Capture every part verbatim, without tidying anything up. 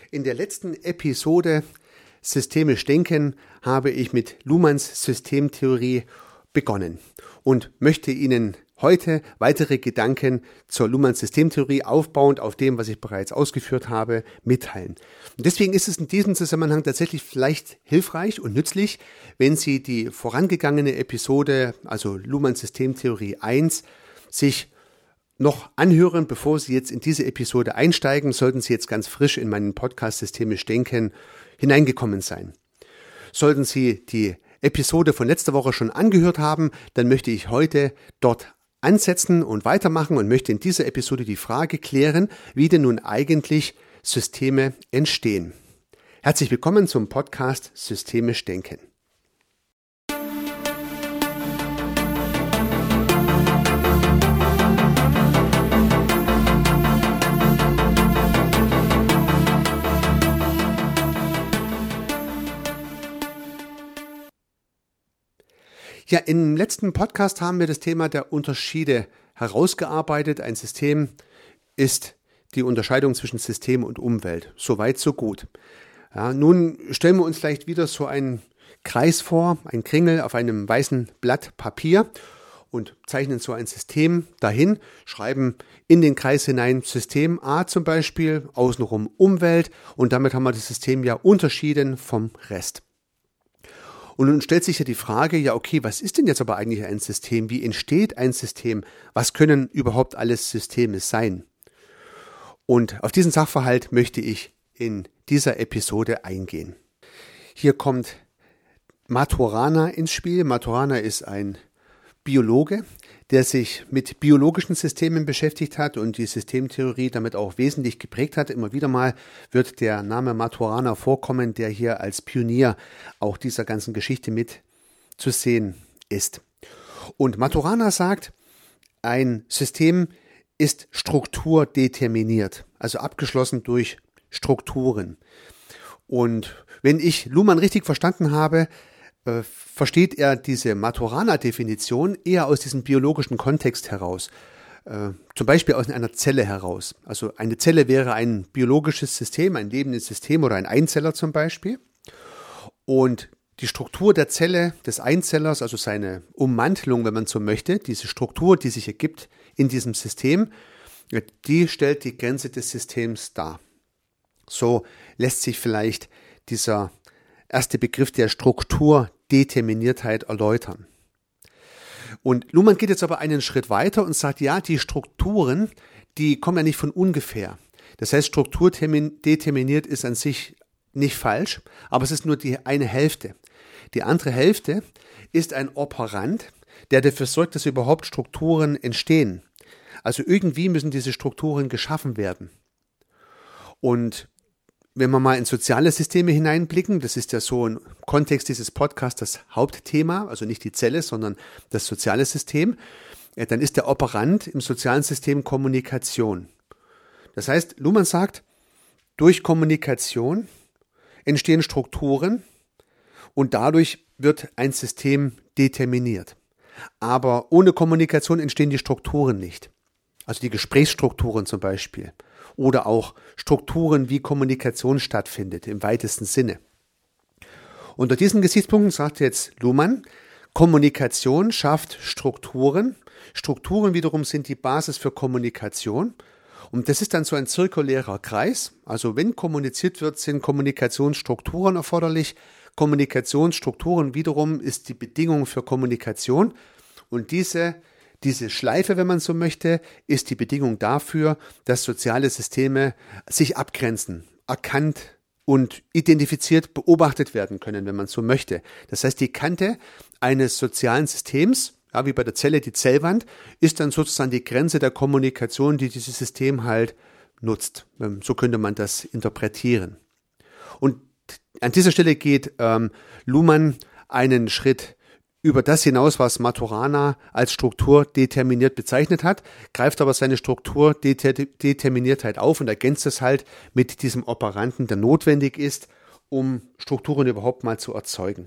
In der letzten Episode Systemisch Denken habe ich mit Luhmanns Systemtheorie begonnen und möchte Ihnen heute weitere Gedanken zur Luhmanns Systemtheorie aufbauend auf dem, was ich bereits ausgeführt habe, mitteilen. Und deswegen ist es in diesem Zusammenhang tatsächlich vielleicht hilfreich und nützlich, wenn Sie die vorangegangene Episode, also Luhmanns Systemtheorie eins, sich noch anhören, bevor Sie jetzt in diese Episode einsteigen, sollten Sie jetzt ganz frisch in meinen Podcast Systemisch Denken hineingekommen sein. Sollten Sie die Episode von letzter Woche schon angehört haben, dann möchte ich heute dort ansetzen und weitermachen und möchte in dieser Episode die Frage klären, wie denn nun eigentlich Systeme entstehen. Herzlich willkommen zum Podcast Systemisch Denken. Ja, im letzten Podcast haben wir das Thema der Unterschiede herausgearbeitet. Ein System ist die Unterscheidung zwischen System und Umwelt. Soweit, so gut. Ja, nun stellen wir uns vielleicht wieder so einen Kreis vor, ein Kringel auf einem weißen Blatt Papier und zeichnen so ein System dahin, schreiben in den Kreis hinein System A zum Beispiel, außenrum Umwelt und damit haben wir das System ja unterschieden vom Rest. Und nun stellt sich ja die Frage, ja okay, was ist denn jetzt aber eigentlich ein System? Wie entsteht ein System? Was können überhaupt alles Systeme sein? Und auf diesen Sachverhalt möchte ich in dieser Episode eingehen. Hier kommt Maturana ins Spiel. Maturana ist ein Biologe, der sich mit biologischen Systemen beschäftigt hat und die Systemtheorie damit auch wesentlich geprägt hat. Immer wieder mal wird der Name Maturana vorkommen, der hier als Pionier auch dieser ganzen Geschichte mit zu sehen ist. Und Maturana sagt, ein System ist strukturdeterminiert, also abgeschlossen durch Strukturen. Und wenn ich Luhmann richtig verstanden habe, Äh, versteht er diese Maturana-Definition eher aus diesem biologischen Kontext heraus, äh, zum Beispiel aus einer Zelle heraus. Also eine Zelle wäre ein biologisches System, ein lebendes System oder ein Einzeller zum Beispiel. Und die Struktur der Zelle, des Einzellers, also seine Ummantelung, wenn man so möchte, diese Struktur, die sich ergibt in diesem System, die stellt die Grenze des Systems dar. So lässt sich vielleicht dieser erste Begriff der Strukturdeterminiertheit erläutern. Und Luhmann geht jetzt aber einen Schritt weiter und sagt, ja, die Strukturen, die kommen ja nicht von ungefähr. Das heißt, strukturdeterminiert ist an sich nicht falsch, aber es ist nur die eine Hälfte. Die andere Hälfte ist ein Operand, der dafür sorgt, dass überhaupt Strukturen entstehen. Also irgendwie müssen diese Strukturen geschaffen werden. Und wenn wir mal in soziale Systeme hineinblicken, das ist ja so im Kontext dieses Podcasts das Hauptthema, also nicht die Zelle, sondern das soziale System, dann ist der Operand im sozialen System Kommunikation. Das heißt, Luhmann sagt, durch Kommunikation entstehen Strukturen und dadurch wird ein System determiniert. Aber ohne Kommunikation entstehen die Strukturen nicht. Also die Gesprächsstrukturen zum Beispiel. Oder auch Strukturen, wie Kommunikation stattfindet, im weitesten Sinne. Unter diesen Gesichtspunkten sagt jetzt Luhmann, Kommunikation schafft Strukturen. Strukturen wiederum sind die Basis für Kommunikation. Und das ist dann so ein zirkulärer Kreis. Also wenn kommuniziert wird, sind Kommunikationsstrukturen erforderlich. Kommunikationsstrukturen wiederum ist die Bedingung für Kommunikation. Und diese Diese Schleife, wenn man so möchte, ist die Bedingung dafür, dass soziale Systeme sich abgrenzen, erkannt und identifiziert beobachtet werden können, wenn man so möchte. Das heißt, die Kante eines sozialen Systems, ja, wie bei der Zelle die Zellwand, ist dann sozusagen die Grenze der Kommunikation, die dieses System halt nutzt. So könnte man das interpretieren. Und an dieser Stelle geht ähm, Luhmann einen Schritt über das hinaus, was Maturana als strukturdeterminiert bezeichnet hat, greift aber seine Strukturdeterminiertheit auf und ergänzt es halt mit diesem Operanten, der notwendig ist, um Strukturen überhaupt mal zu erzeugen.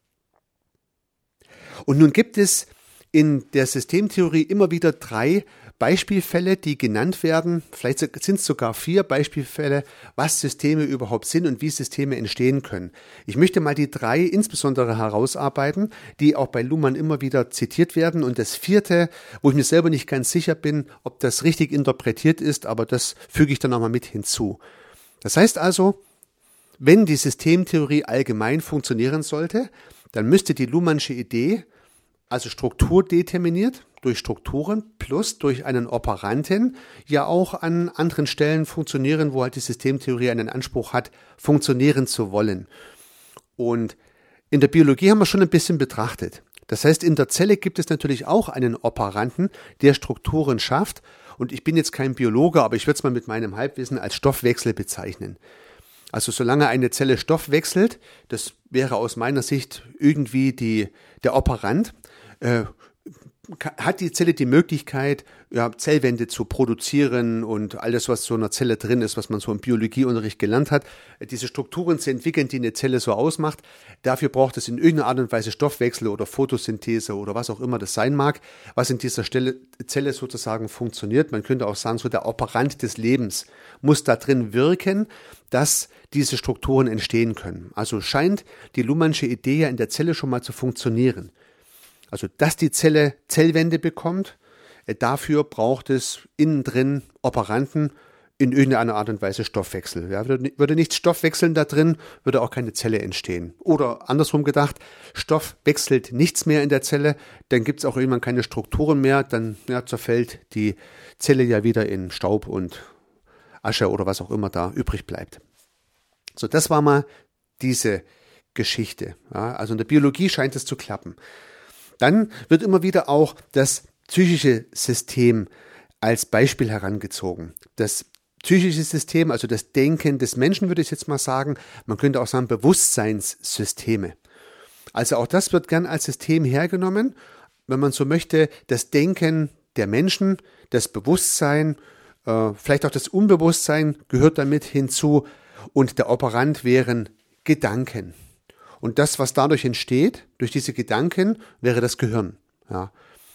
Und nun gibt es in der Systemtheorie immer wieder drei Beispielfälle, die genannt werden. Vielleicht sind es sogar vier Beispielfälle, was Systeme überhaupt sind und wie Systeme entstehen können. Ich möchte mal die drei insbesondere herausarbeiten, die auch bei Luhmann immer wieder zitiert werden. Und das vierte, wo ich mir selber nicht ganz sicher bin, ob das richtig interpretiert ist, aber das füge ich dann nochmal mit hinzu. Das heißt also, wenn die Systemtheorie allgemein funktionieren sollte, dann müsste die Luhmannsche Idee, also strukturdeterminiert, durch Strukturen plus durch einen Operanten, ja auch an anderen Stellen funktionieren, wo halt die Systemtheorie einen Anspruch hat, funktionieren zu wollen. Und in der Biologie haben wir schon ein bisschen betrachtet. Das heißt, in der Zelle gibt es natürlich auch einen Operanten, der Strukturen schafft. Und ich bin jetzt kein Biologe, aber ich würde es mal mit meinem Halbwissen als Stoffwechsel bezeichnen. Also solange eine Zelle Stoff wechselt, das wäre aus meiner Sicht irgendwie die, der Operant, äh, hat die Zelle die Möglichkeit, ja, Zellwände zu produzieren und alles, was so in einer Zelle drin ist, was man so im Biologieunterricht gelernt hat, diese Strukturen zu entwickeln, die eine Zelle so ausmacht. Dafür braucht es in irgendeiner Art und Weise Stoffwechsel oder Photosynthese oder was auch immer das sein mag, was in dieser Stelle, Zelle sozusagen funktioniert. Man könnte auch sagen, so der Operant des Lebens muss da drin wirken, dass diese Strukturen entstehen können. Also scheint die Luhmannsche Idee ja in der Zelle schon mal zu funktionieren. Also, dass die Zelle Zellwände bekommt, äh, dafür braucht es innen drin Operanten, in irgendeiner Art und Weise Stoffwechsel. Ja, würde, würde nichts Stoffwechseln da drin, würde auch keine Zelle entstehen. Oder andersrum gedacht, Stoff wechselt nichts mehr in der Zelle, dann gibt es auch irgendwann keine Strukturen mehr, dann ja, zerfällt die Zelle ja wieder in Staub und Asche oder was auch immer da übrig bleibt. So, das war mal diese Geschichte. Ja, also in der Biologie scheint es zu klappen. Dann wird immer wieder auch das psychische System als Beispiel herangezogen. Das psychische System, also das Denken des Menschen, würde ich jetzt mal sagen, man könnte auch sagen Bewusstseinssysteme. Also auch das wird gern als System hergenommen, wenn man so möchte, das Denken der Menschen, das Bewusstsein, äh, vielleicht auch das Unbewusstsein gehört damit hinzu und der Operant wären Gedanken. Und das, was dadurch entsteht, durch diese Gedanken, wäre das Gehirn. Ja.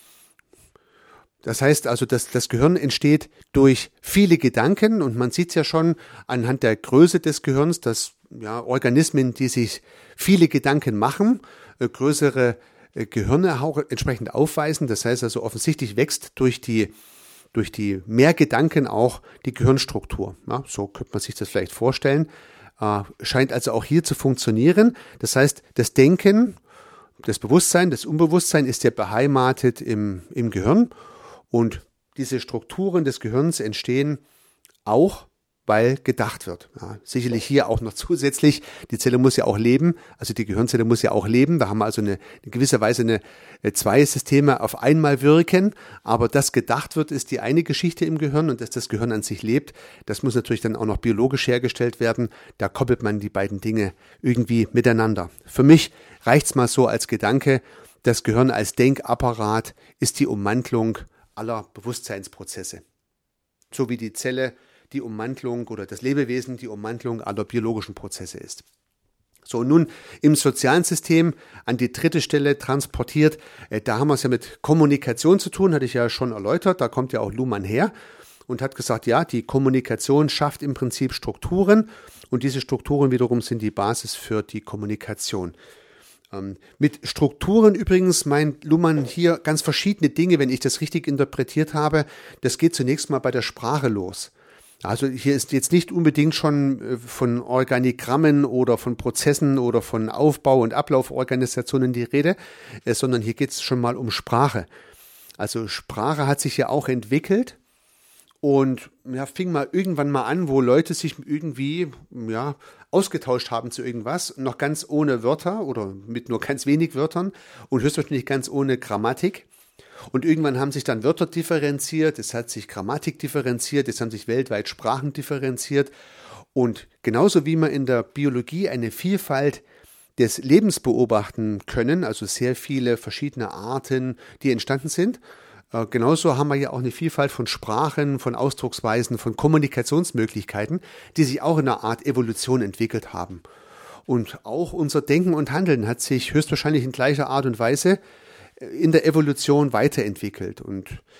Das heißt also, dass das Gehirn entsteht durch viele Gedanken und man sieht es ja schon anhand der Größe des Gehirns, dass ja, Organismen, die sich viele Gedanken machen, äh, größere äh, Gehirne auch entsprechend aufweisen. Das heißt also, offensichtlich wächst durch die durch die mehr Gedanken auch die Gehirnstruktur. Ja, so könnte man sich das vielleicht vorstellen. Äh, scheint also auch hier zu funktionieren. Das heißt, das Denken, das Bewusstsein, das Unbewusstsein ist ja beheimatet im, im Gehirn und diese Strukturen des Gehirns entstehen auch, weil gedacht wird. Ja, sicherlich hier auch noch zusätzlich, die Zelle muss ja auch leben, also die Gehirnzelle muss ja auch leben, da haben wir also eine, in gewisser Weise eine, zwei Systeme auf einmal wirken, aber dass gedacht wird, ist die eine Geschichte im Gehirn und dass das Gehirn an sich lebt, das muss natürlich dann auch noch biologisch hergestellt werden, da koppelt man die beiden Dinge irgendwie miteinander. Für mich reicht's mal so als Gedanke, das Gehirn als Denkapparat ist die Ummantelung aller Bewusstseinsprozesse, so wie die Zelle die Ummantelung oder das Lebewesen die Ummantelung aller biologischen Prozesse ist. So, und nun im sozialen System an die dritte Stelle transportiert, äh, da haben wir es ja mit Kommunikation zu tun, hatte ich ja schon erläutert, da kommt ja auch Luhmann her und hat gesagt, ja, die Kommunikation schafft im Prinzip Strukturen und diese Strukturen wiederum sind die Basis für die Kommunikation. Ähm, mit Strukturen übrigens meint Luhmann hier ganz verschiedene Dinge, wenn ich das richtig interpretiert habe. Das geht zunächst mal bei der Sprache los. Also hier ist jetzt nicht unbedingt schon von Organigrammen oder von Prozessen oder von Aufbau- und Ablauforganisationen die Rede, sondern hier geht es schon mal um Sprache. Also Sprache hat sich ja auch entwickelt und ja, fing mal irgendwann mal an, wo Leute sich irgendwie ja, ausgetauscht haben zu irgendwas, noch ganz ohne Wörter oder mit nur ganz wenig Wörtern und höchstwahrscheinlich ganz ohne Grammatik. Und irgendwann haben sich dann Wörter differenziert, es hat sich Grammatik differenziert, es haben sich weltweit Sprachen differenziert. Und genauso wie wir in der Biologie eine Vielfalt des Lebens beobachten können, also sehr viele verschiedene Arten, die entstanden sind, äh, genauso haben wir ja auch eine Vielfalt von Sprachen, von Ausdrucksweisen, von Kommunikationsmöglichkeiten, die sich auch in einer Art Evolution entwickelt haben. Und auch unser Denken und Handeln hat sich höchstwahrscheinlich in gleicher Art und Weise in der Evolution weiterentwickelt. Und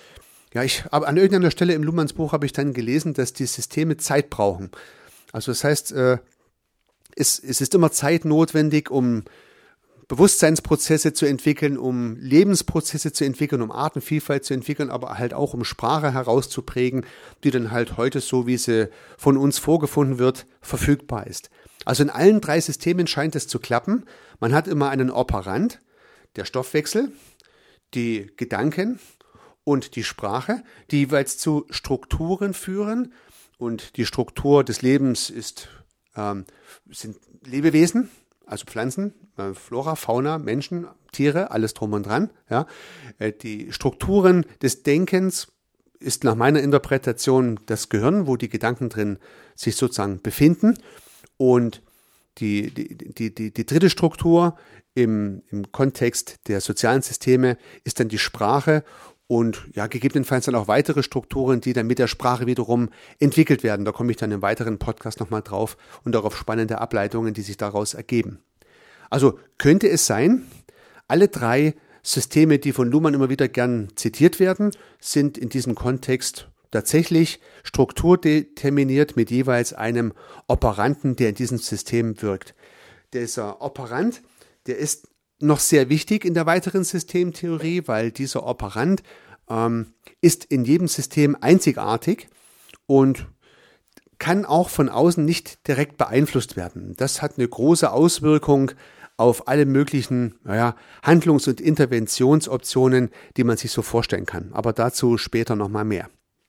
Ja, ich, aber an irgendeiner Stelle im Luhmanns Buch habe ich dann gelesen, dass die Systeme Zeit brauchen. Also das heißt, äh, es, es ist immer Zeit notwendig, um Bewusstseinsprozesse zu entwickeln, um Lebensprozesse zu entwickeln, um Artenvielfalt zu entwickeln, aber halt auch um Sprache herauszuprägen, die dann halt heute, so wie sie von uns vorgefunden wird, verfügbar ist. Also in allen drei Systemen scheint es zu klappen. Man hat immer einen Operand, der Stoffwechsel, die Gedanken und die Sprache, die jeweils zu Strukturen führen. Und die Struktur des Lebens ist, ähm, sind Lebewesen, also Pflanzen, äh, Flora, Fauna, Menschen, Tiere, alles drum und dran. Ja. Äh, die Strukturen des Denkens ist nach meiner Interpretation das Gehirn, wo die Gedanken drin sich sozusagen befinden. Und die, die, die, die, die dritte Struktur im, im Kontext der sozialen Systeme ist dann die Sprache und ja, gegebenenfalls dann auch weitere Strukturen, die dann mit der Sprache wiederum entwickelt werden. Da komme ich dann im weiteren Podcast nochmal drauf und auch auf spannende Ableitungen, die sich daraus ergeben. Also könnte es sein, alle drei Systeme, die von Luhmann immer wieder gern zitiert werden, sind in diesem Kontext tatsächlich strukturdeterminiert mit jeweils einem Operanden, der in diesem System wirkt. Dieser Operand, der ist noch sehr wichtig in der weiteren Systemtheorie, weil dieser Operand ähm, ist in jedem System einzigartig und kann auch von außen nicht direkt beeinflusst werden. Das hat eine große Auswirkung auf alle möglichen naja, Handlungs- und Interventionsoptionen, die man sich so vorstellen kann. Aber dazu später nochmal mehr.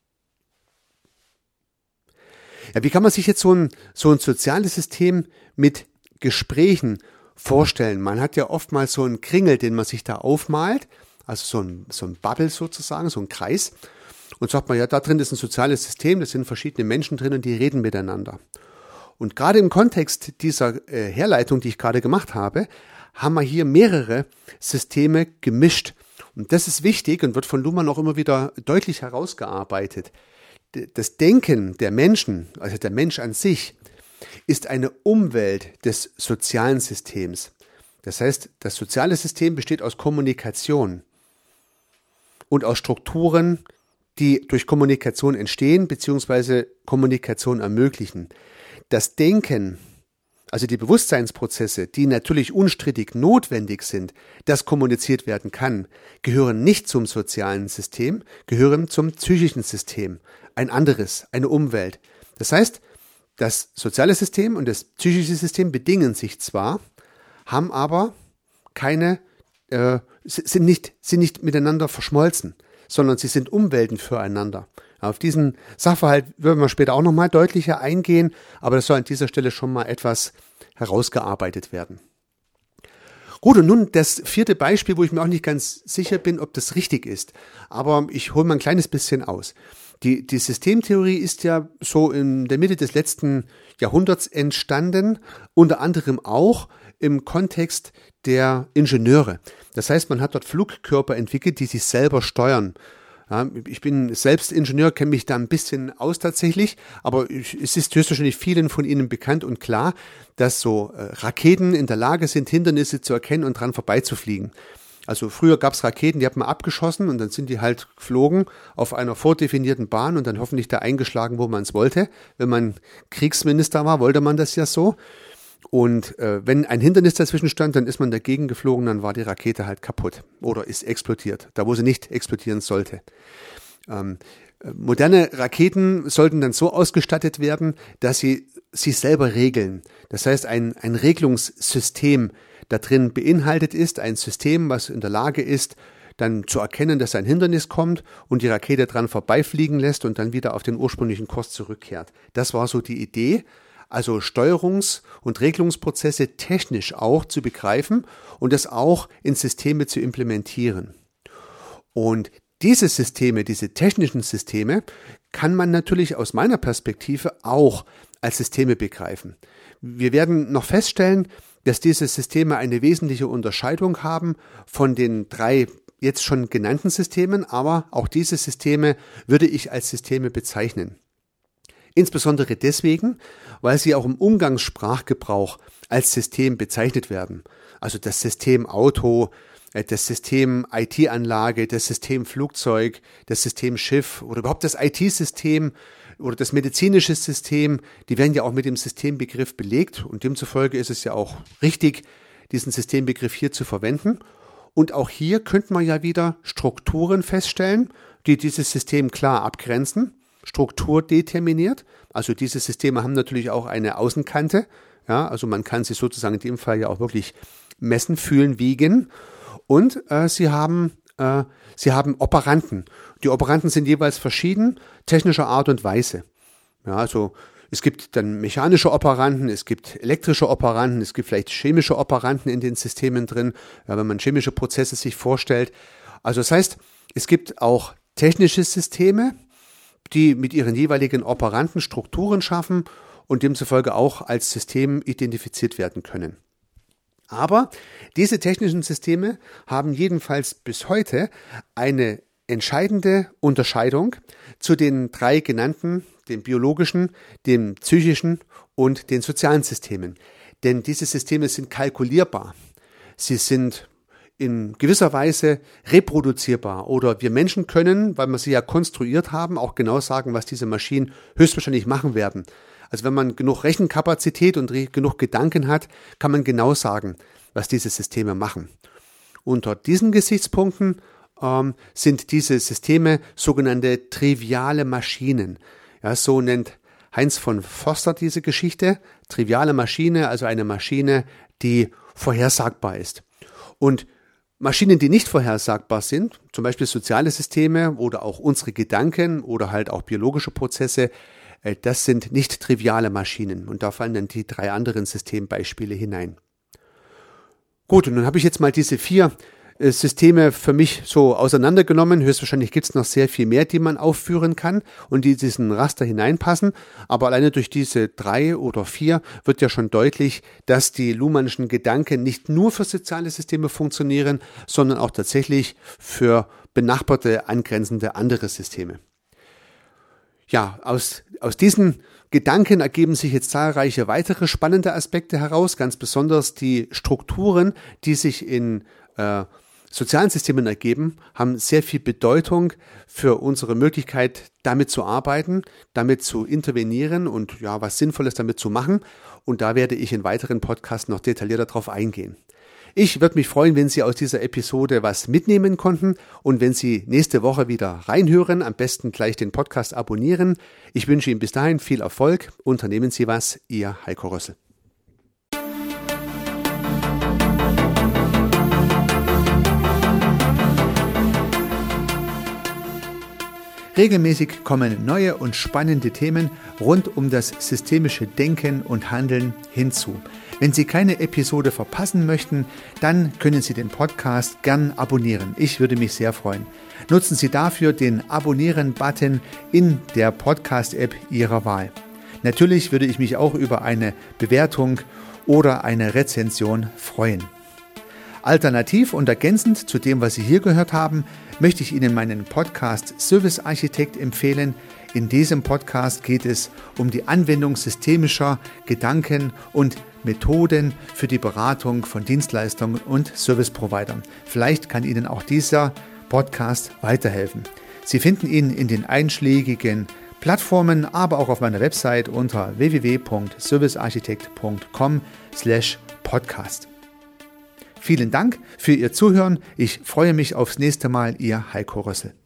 Ja, wie kann man sich jetzt so ein, so ein soziales System mit Gesprächen vorstellen? Man hat ja oftmals so einen Kringel, den man sich da aufmalt, also so ein, so ein Bubble sozusagen, so ein Kreis. Und sagt man, ja, da drin ist ein soziales System, da sind verschiedene Menschen drin und die reden miteinander. Und gerade im Kontext dieser äh, Herleitung, die ich gerade gemacht habe, haben wir hier mehrere Systeme gemischt. Und das ist wichtig und wird von Luhmann auch immer wieder deutlich herausgearbeitet. Das Denken der Menschen, also der Mensch an sich, ist eine Umwelt des sozialen Systems. Das heißt, das soziale System besteht aus Kommunikation und aus Strukturen, die durch Kommunikation entstehen bzw. Kommunikation ermöglichen. Das Denken, also die Bewusstseinsprozesse, die natürlich unstrittig notwendig sind, dass kommuniziert werden kann, gehören nicht zum sozialen System, gehören zum psychischen System. Ein anderes, eine Umwelt. Das heißt, das soziale System und das psychische System bedingen sich zwar, haben aber keine, äh, sind nicht, sind nicht miteinander verschmolzen, sondern sie sind Umwelten füreinander. Auf diesen Sachverhalt würden wir später auch nochmal deutlicher eingehen, aber das soll an dieser Stelle schon mal etwas herausgearbeitet werden. Gut, und nun das vierte Beispiel, wo ich mir auch nicht ganz sicher bin, ob das richtig ist, aber ich hole mal ein kleines bisschen aus. Die, die Systemtheorie ist ja so in der Mitte des letzten Jahrhunderts entstanden, unter anderem auch im Kontext der Ingenieure. Das heißt, man hat dort Flugkörper entwickelt, die sich selber steuern. Ja, ich bin selbst Ingenieur, kenne mich da ein bisschen aus tatsächlich, aber es ist höchstwahrscheinlich vielen von Ihnen bekannt und klar, dass so äh, Raketen in der Lage sind, Hindernisse zu erkennen und dran vorbeizufliegen. Also früher gab es Raketen, die hat man abgeschossen und dann sind die halt geflogen auf einer vordefinierten Bahn und dann hoffentlich da eingeschlagen, wo man es wollte. Wenn man Kriegsminister war, wollte man das ja so. Und äh, wenn ein Hindernis dazwischen stand, dann ist man dagegen geflogen, dann war die Rakete halt kaputt oder ist explodiert, da wo sie nicht explodieren sollte. Ähm, moderne Raketen sollten dann so ausgestattet werden, dass sie sich selber regeln. Das heißt, ein, ein Regelungssystem da drin beinhaltet ist, ein System, was in der Lage ist, dann zu erkennen, dass ein Hindernis kommt und die Rakete dran vorbeifliegen lässt und dann wieder auf den ursprünglichen Kurs zurückkehrt. Das war so die Idee. Also Steuerungs- und Regelungsprozesse technisch auch zu begreifen und das auch in Systeme zu implementieren. Und diese Systeme, diese technischen Systeme, kann man natürlich aus meiner Perspektive auch als Systeme begreifen. Wir werden noch feststellen, dass diese Systeme eine wesentliche Unterscheidung haben von den drei jetzt schon genannten Systemen, aber auch diese Systeme würde ich als Systeme bezeichnen. Insbesondere deswegen, weil sie auch im Umgangssprachgebrauch als System bezeichnet werden. Also das System Auto, das System I T-Anlage, das System Flugzeug, das System Schiff oder überhaupt das I T-System oder das medizinische System, die werden ja auch mit dem Systembegriff belegt und demzufolge ist es ja auch richtig, diesen Systembegriff hier zu verwenden. Und auch hier könnte man ja wieder Strukturen feststellen, die dieses System klar abgrenzen, strukturdeterminiert. Also diese Systeme haben natürlich auch eine Außenkante. Ja, also man kann sie sozusagen in dem Fall ja auch wirklich messen, fühlen, wiegen. Und äh, sie haben äh, sie haben Operanten. Die Operanten sind jeweils verschieden, technischer Art und Weise. Ja, also es gibt dann mechanische Operanten, es gibt elektrische Operanten, es gibt vielleicht chemische Operanten in den Systemen drin, ja, wenn man chemische Prozesse sich vorstellt. Also das heißt, es gibt auch technische Systeme, die mit ihren jeweiligen Operanten Strukturen schaffen und demzufolge auch als System identifiziert werden können. Aber diese technischen Systeme haben jedenfalls bis heute eine entscheidende Unterscheidung zu den drei genannten, dem biologischen, dem psychischen und den sozialen Systemen. Denn diese Systeme sind kalkulierbar. Sie sind in gewisser Weise reproduzierbar oder wir Menschen können, weil wir sie ja konstruiert haben, auch genau sagen, was diese Maschinen höchstwahrscheinlich machen werden. Also wenn man genug Rechenkapazität und genug Gedanken hat, kann man genau sagen, was diese Systeme machen. Unter diesen Gesichtspunkten ähm, sind diese Systeme sogenannte triviale Maschinen. Ja, so nennt Heinz von Forster diese Geschichte. Triviale Maschine, also eine Maschine, die vorhersagbar ist. Und Maschinen, die nicht vorhersagbar sind, zum Beispiel soziale Systeme oder auch unsere Gedanken oder halt auch biologische Prozesse, das sind nicht triviale Maschinen und da fallen dann die drei anderen Systembeispiele hinein. Gut, und dann habe ich jetzt mal diese vier äh, Systeme für mich so auseinandergenommen. Höchstwahrscheinlich gibt es noch sehr viel mehr, die man aufführen kann und die in diesen Raster hineinpassen. Aber alleine durch diese drei oder vier wird ja schon deutlich, dass die Luhmannschen Gedanken nicht nur für soziale Systeme funktionieren, sondern auch tatsächlich für benachbarte, angrenzende andere Systeme. Ja, aus, aus diesen Gedanken ergeben sich jetzt zahlreiche weitere spannende Aspekte heraus, ganz besonders die Strukturen, die sich in äh, sozialen Systemen ergeben, haben sehr viel Bedeutung für unsere Möglichkeit, damit zu arbeiten, damit zu intervenieren und ja, was Sinnvolles damit zu machen. Und da werde ich in weiteren Podcasts noch detaillierter darauf eingehen. Ich würde mich freuen, wenn Sie aus dieser Episode was mitnehmen konnten und wenn Sie nächste Woche wieder reinhören, am besten gleich den Podcast abonnieren. Ich wünsche Ihnen bis dahin viel Erfolg. Unternehmen Sie was, Ihr Heiko Rössel. Regelmäßig kommen neue und spannende Themen rund um das systemische Denken und Handeln hinzu. Wenn Sie keine Episode verpassen möchten, dann können Sie den Podcast gern abonnieren. Ich würde mich sehr freuen. Nutzen Sie dafür den Abonnieren-Button in der Podcast-App Ihrer Wahl. Natürlich würde ich mich auch über eine Bewertung oder eine Rezension freuen. Alternativ und ergänzend zu dem, was Sie hier gehört haben, möchte ich Ihnen meinen Podcast Service Architekt empfehlen. In diesem Podcast geht es um die Anwendung systemischer Gedanken und Methoden für die Beratung von Dienstleistungen und Service-Providern. Vielleicht kann Ihnen auch dieser Podcast weiterhelfen. Sie finden ihn in den einschlägigen Plattformen, aber auch auf meiner Website unter w w w punkt servicearchitekt punkt com slash podcast. Vielen Dank für Ihr Zuhören. Ich freue mich aufs nächste Mal. Ihr Heiko Rössel.